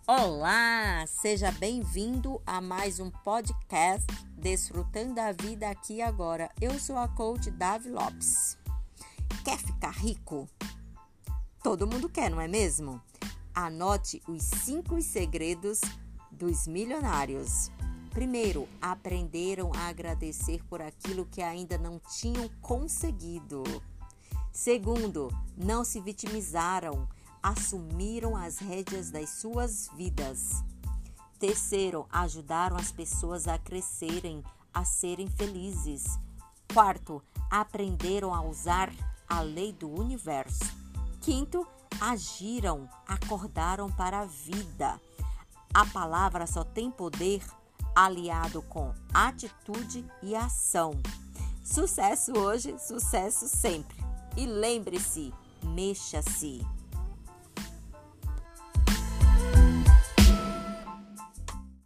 Olá, seja bem-vindo a mais um podcast Desfrutando a Vida Aqui e Agora. Eu sou a coach Davi Lopes. Quer ficar rico? Todo mundo quer, não é mesmo? Anote os 5 segredos dos milionários. Primeiro, aprenderam a agradecer por aquilo que ainda não tinham conseguido. Segundo, não se vitimizaram, assumiram as rédeas das suas vidas. Terceiro, ajudaram as pessoas a crescerem, a serem felizes. Quarto, aprenderam a usar a lei do universo. Quinto, agiram, acordaram para a vida. A palavra só tem poder aliado com atitude e ação. Sucesso hoje, sucesso sempre. E lembre-se, mexa-se.